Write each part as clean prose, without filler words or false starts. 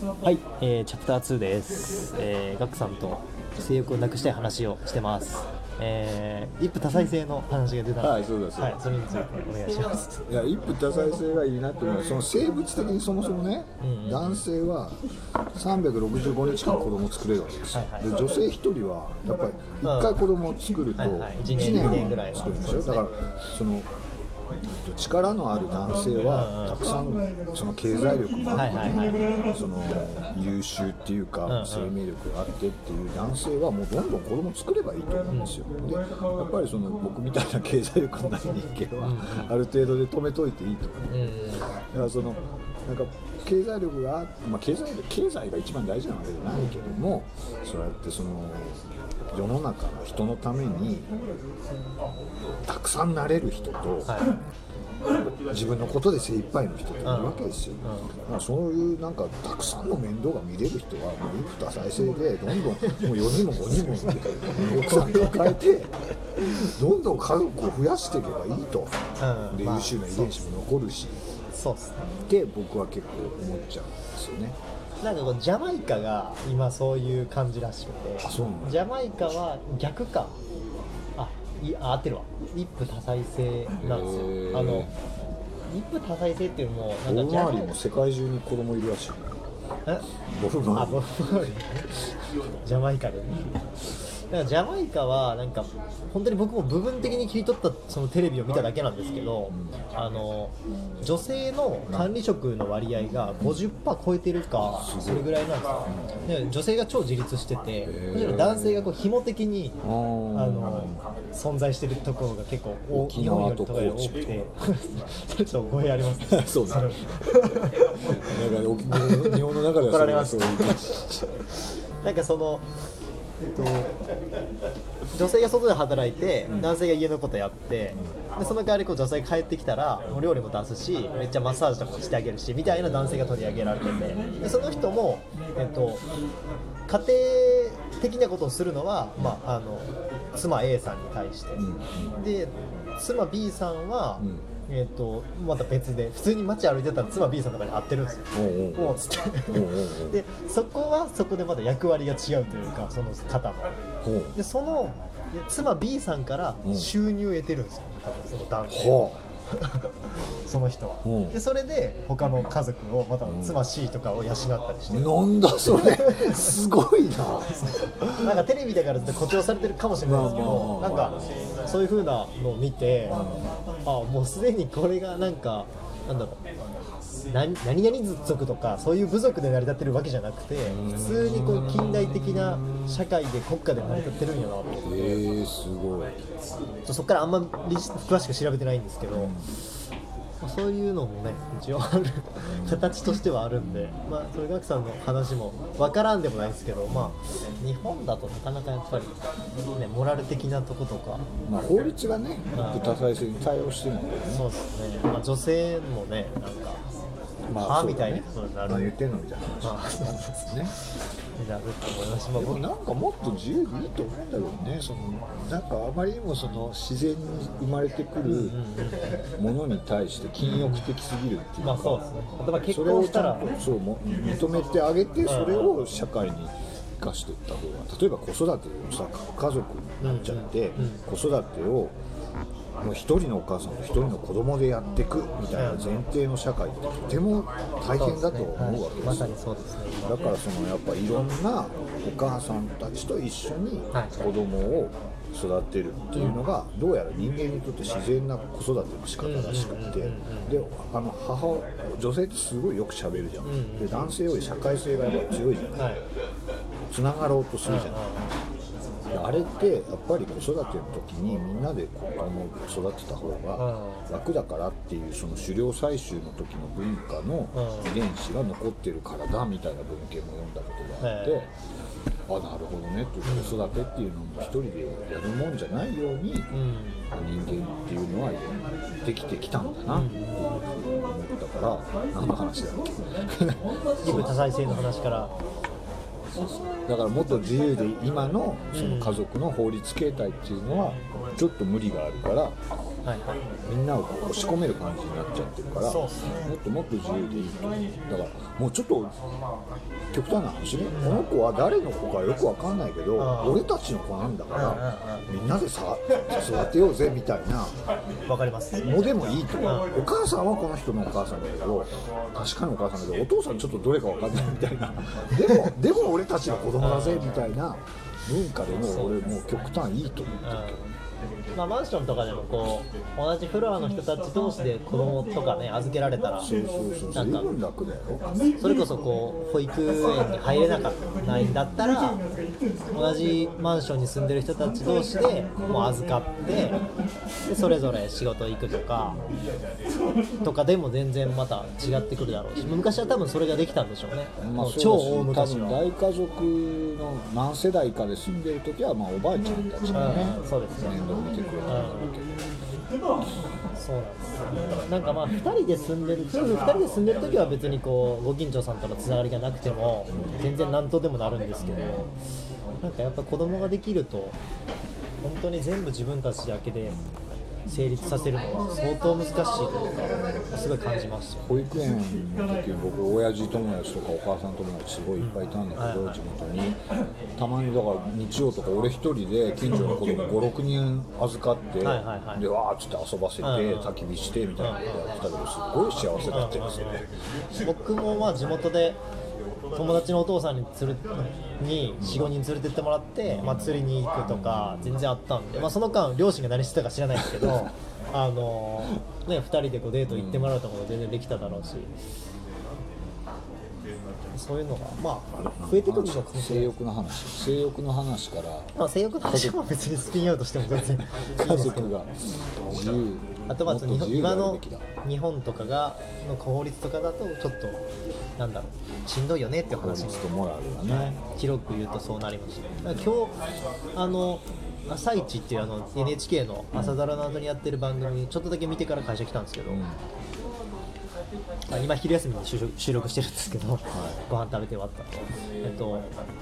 はい、チャプター2です。ガクさんと性欲をなくしたい話をしてます。一夫多妻制の話が出たので、 はい、そうです。 はい、それについてお願いします。 いや、一夫多妻制がいいなって思うのは、その生物的にそもそもね、男性は365日間子供を作れるわけですよ。で、女性一人はやっぱり1回子供を作ると1年ぐらい作るんですよ。だからその力のある男性はたくさんその経済力もあって、その優秀っていうか生命力があってっていう男性はもうどんどん子供を作ればいいと思うんですよ。で、やっぱりその僕みたいな経済力のない人間はある程度で止めといていいと思う。だからそのなんか経済力が、経済が一番大事なわけじゃないけども、そうやってその世の中の人のためにたくさんなれる人と、自分のことで精一杯の人といるわけですよ。そういうなんかたくさんの面倒が見れる人はもう一夫多妻制でどんどんもう4人も5人も奥さん抱えてどんどん家族を増やしていけばいいと。で、優秀な遺伝子も残るし、 そうですね。 って僕は結構思っちゃうんですよね。 なんかこうジャマイカが今そういう感じらしくて、ジャマイカは逆か、合ってるわ、一夫多妻制なんですよ。一夫多妻制っていうのもなんかボブ周りも世界中に子供いるらしい。ボブ周りジャマイカでね。だからジャマイカはなんか本当に僕も部分的に切り取ったそのテレビを見ただけなんですけど、女性の管理職の割合が 50% 超えてるかそれぐらいなんですよ。で、女性が超自立してて、むしろ男性がこう紐的に存在してるところが結構日本よりとかより多くてちょっと語弊ありますね。 そうだね。日本の中では怒られます。なんかその女性が外で働いて、男性が家のことやって、でその代わりこう女性が帰ってきたらお料理も出すし、めっちゃマッサージとかもしてあげるしみたいな男性が取り上げられてて、でその人も、家庭的なことをするのは、妻 A さんに対して、で妻 B さんは、また別で普通に街歩いてたら妻 B さんとかに会ってるんですよ。もうつってでそこはそこでまた役割が違うというか、その方もでその妻 B さんから収入を得てるんですよ、多分その男性その人は。でそれで他の家族をまた妻 C とかを養ったりして、 なんだそれすごいな。 なんかテレビだからって誇張されてるかもしれないですけど、なんかそういう風なのを見て、もうすでにこれがなんかなんだろう、何々族とかそういう部族で成り立ってるわけじゃなくて、普通にこう近代的な社会で国家で成り立ってるんやなと思って、 すごい。 そこからあんまり詳しく調べてないんですけど、そういうのもね一応ある形としてはあるんで、それガクさんの話も分からんでもないですけど、日本だとなかなかやっぱり、ね、モラル的なとことか、 法律がね一夫多妻制に対応してるんだよね。 そうですね。女性もねなんかみたいなことになる。 何言ってんのみたいな話なんですね。 なると思います。 僕なんかもっと自由でいいと思うんだけどね。そのなんかあまりにもその自然に生まれてくるものに対して禁欲的すぎるっていうか、 そうですね。例えば結婚したらそう認めてあげて、それを社会に生かしていった方が、例えば子育てをさ、家族になっちゃって、子育てをもう一人のお母さんと一人の子供でやっていくみたいな前提の社会ってとても大変だと思うわけですよ。 まさにそうですね。 だからそのやっぱいろんなお母さんたちと一緒に子供を育てるっていうのがどうやら人間にとって自然な子育ての仕方らしくて、で女性ってすごいよく喋るじゃん。で男性より社会性がやっぱ強いじゃない。つながろうとするじゃない。あれってやっぱり子育ての時にみんなで子供を育てた方が楽だからっていう、その狩猟採集の時の文化の遺伝子が残ってるからだみたいな文献も読んだことがあって、なるほどねっていう、子育てっていうのも一人でやるもんじゃないように、人間っていうのはできてきたんだなっていうふうに思ったから、何の話だっけ一夫多妻制の話からだからもっと自由で今のその家族の法律形態っていうのはちょっと無理があるから、 はいはい、 みんなをこう押し込める感じになっちゃってるから、 そうっすね、 もっともっと自由でいいと思う。だからもうちょっと極端な話ね、この子は誰の子かよくわかんないけど、俺たちの子なんだから、みんなでさ育てようぜみたいなわかりますのでもいいと思う。お母さんはこの人のお母さんだけど、確かにお母さんだけど、お父さんちょっとどれかわかんないみたいなでも俺たちの子供だぜみたいな文化でも俺もう極端いいと思ってるけど、 まあ、マンションとかでもこう同じフロアの人たち同士で子供とかね預けられたら、なんか随分楽だよ。 それこそこう保育園に入れなかったないんだったら、同じマンションに住んでる人たち同士でもう預かって、でそれぞれ仕事行くとかでも全然また違ってくるだろうし、昔は多分それができたんでしょうね、 まあ、 超大昔は。 多分大家族の何世代かで住んでる時は、まあ、おばあちゃんたちがね、 そうですね、 面倒見てくれたんだろうけど、 そうなんですよ。なんかまあ2人で住んでる時は別にこうご近所さんとのつながりがなくても全然何とでもなるんですけど、なんかやっぱ子供ができると本当に全部自分たちだけで成立させるのは相当難しいというか、すごい感じました。 保育園の時僕親父友達とかお母さん友達すごいいっぱいいたんだけど、地元にたまにだから日曜とか俺一人で近所の子供5、6人預かって、でわーっつって遊ばせて、焚き火してみたいなことやってたけど、すごい幸せだったんですよね。 僕もまあ地元で友達のお父さんに4、5人連れてってもらって、まあ、釣りに行くとか全然あったんで、まあ、その間両親が何してたか知らないですけどね、2人でこうデート行ってもらうとかも全然できただろうし、そういうのがまあ増えてくるのかもしれない。 性欲の話から、 まあ、性欲の話は別にスピンアウトしても全然家族が自由、 あとは今の日本とかの法律とかだとちょっとなんだろう、しんどいよねっていう話とモラルがね、 広く言うとそうなりました。だから今日朝一っていうNHK の朝ドラの後にやってる番組ちょっとだけ見てから会社来たんですけど、今昼休みに収録してるんですけど、ご飯食べて終わったと、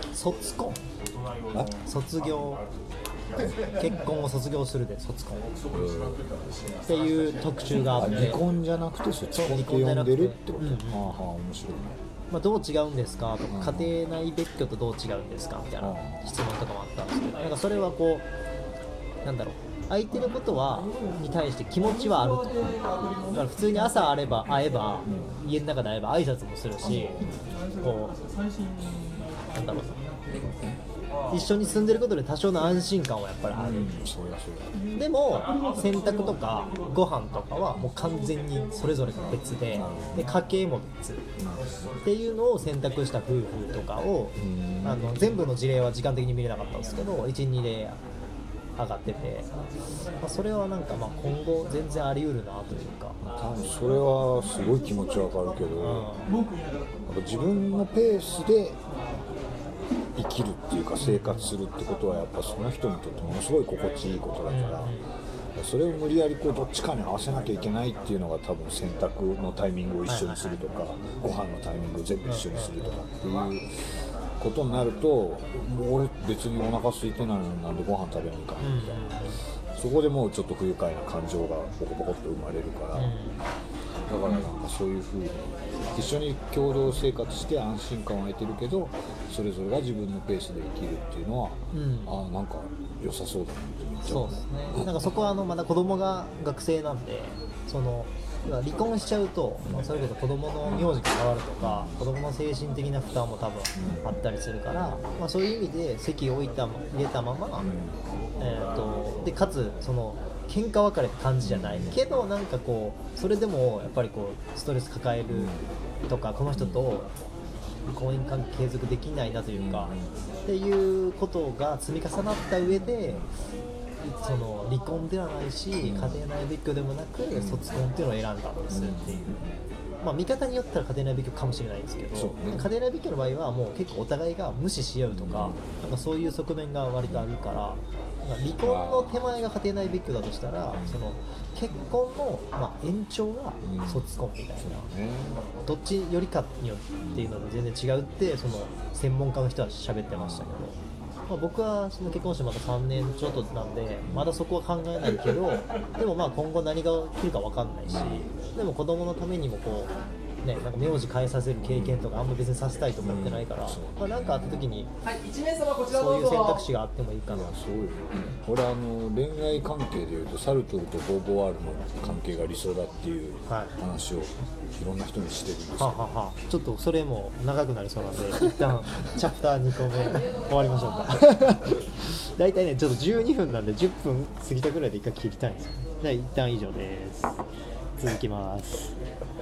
卒業結婚を卒業するで卒婚っていう特集があって、 離婚じゃなくて卒婚って呼んでるってこと、面白いね。 まあ、どう違うんですかとか、家庭内別居とどう違うんですかみたいな質問とかもあったんですけど、なんかそれはこうなんだろう、相手のことに対して気持ちはあると。だから普通に朝会えば家の中で会えば挨拶もするし、こうなんだろう、一緒に住んでることで多少の安心感はやっぱりある、でも洗濯とかご飯とかはもう完全にそれぞれが別で、家計も別っていうのを選択した夫婦とかを全部の事例は時間的に見れなかったんですけど 1,2 例上がってて、まあ、それはなんかまあ今後全然あり得るなというか、 多分それはすごい気持ちわかるけど、やっぱ自分のペースで生きるっていうか生活するってことはやっぱその人にとってものすごい心地いいことだから、それを無理やりこうどっちかに合わせなきゃいけないっていうのが多分洗濯のタイミングを一緒にするとか、ご飯のタイミングを全部一緒にするとかっていうことになると、もう俺別にお腹空いてないのになんでご飯食べないかみたいな、そこでもうちょっと不愉快な感情がボコボコっと生まれるから、だからなんかそういう風に一緒に共同生活して安心感を得てるけど、それぞれが自分のペースで生きるっていうのは、なんか良さそうだなってめっちゃ思う。 そうですね。なんかそこはまだ子供が学生なんで、離婚しちゃうと、それこそ子供の名字が変わるとか、子供の精神的な負担も多分あったりするから、まあ、そういう意味で籍を入れたまま、でかつ喧嘩別れって感じじゃないけど、なんかこうそれでもやっぱりこうストレス抱えるとか、この人と婚姻関係継続できないなというか、っていうことが積み重なった上で、離婚ではないし家庭内別居でもなく卒婚っていうのを選んだんですっていう、まあ、見方によったら家庭内別居かもしれないですけど、家庭内別居の場合はもう結構お互いが無視し合うとか、なんかそういう側面が割とあるから、離婚の手前が家庭内別居だとしたら、結婚の、延長が卒婚みたいな、どっちよりかによっていうので全然違うって専門家の人は喋ってましたけど。 僕はその結婚してまだ3年ちょっとなんでまだそこは考えないけど、でもまあ今後何が起きるか分かんないし、でも子供のためにもこうね、なんか名字変えさせる経験とかあんま別にさせたいと思ってないから、まあ、なんかあった時にそういう選択肢があってもいいかな。 そうよ。俺恋愛関係でいうとサルトルとボーヴォワールの関係が理想だっていう話をいろんな人にしてるんですけど、 ちょっとそれも長くなりそうなんで一旦チャプター2個目終わりましょうか。大体ねちょっと12分なんで10分過ぎたぐらいで一回切りたいんですよ。じゃあ一旦以上です。続きます。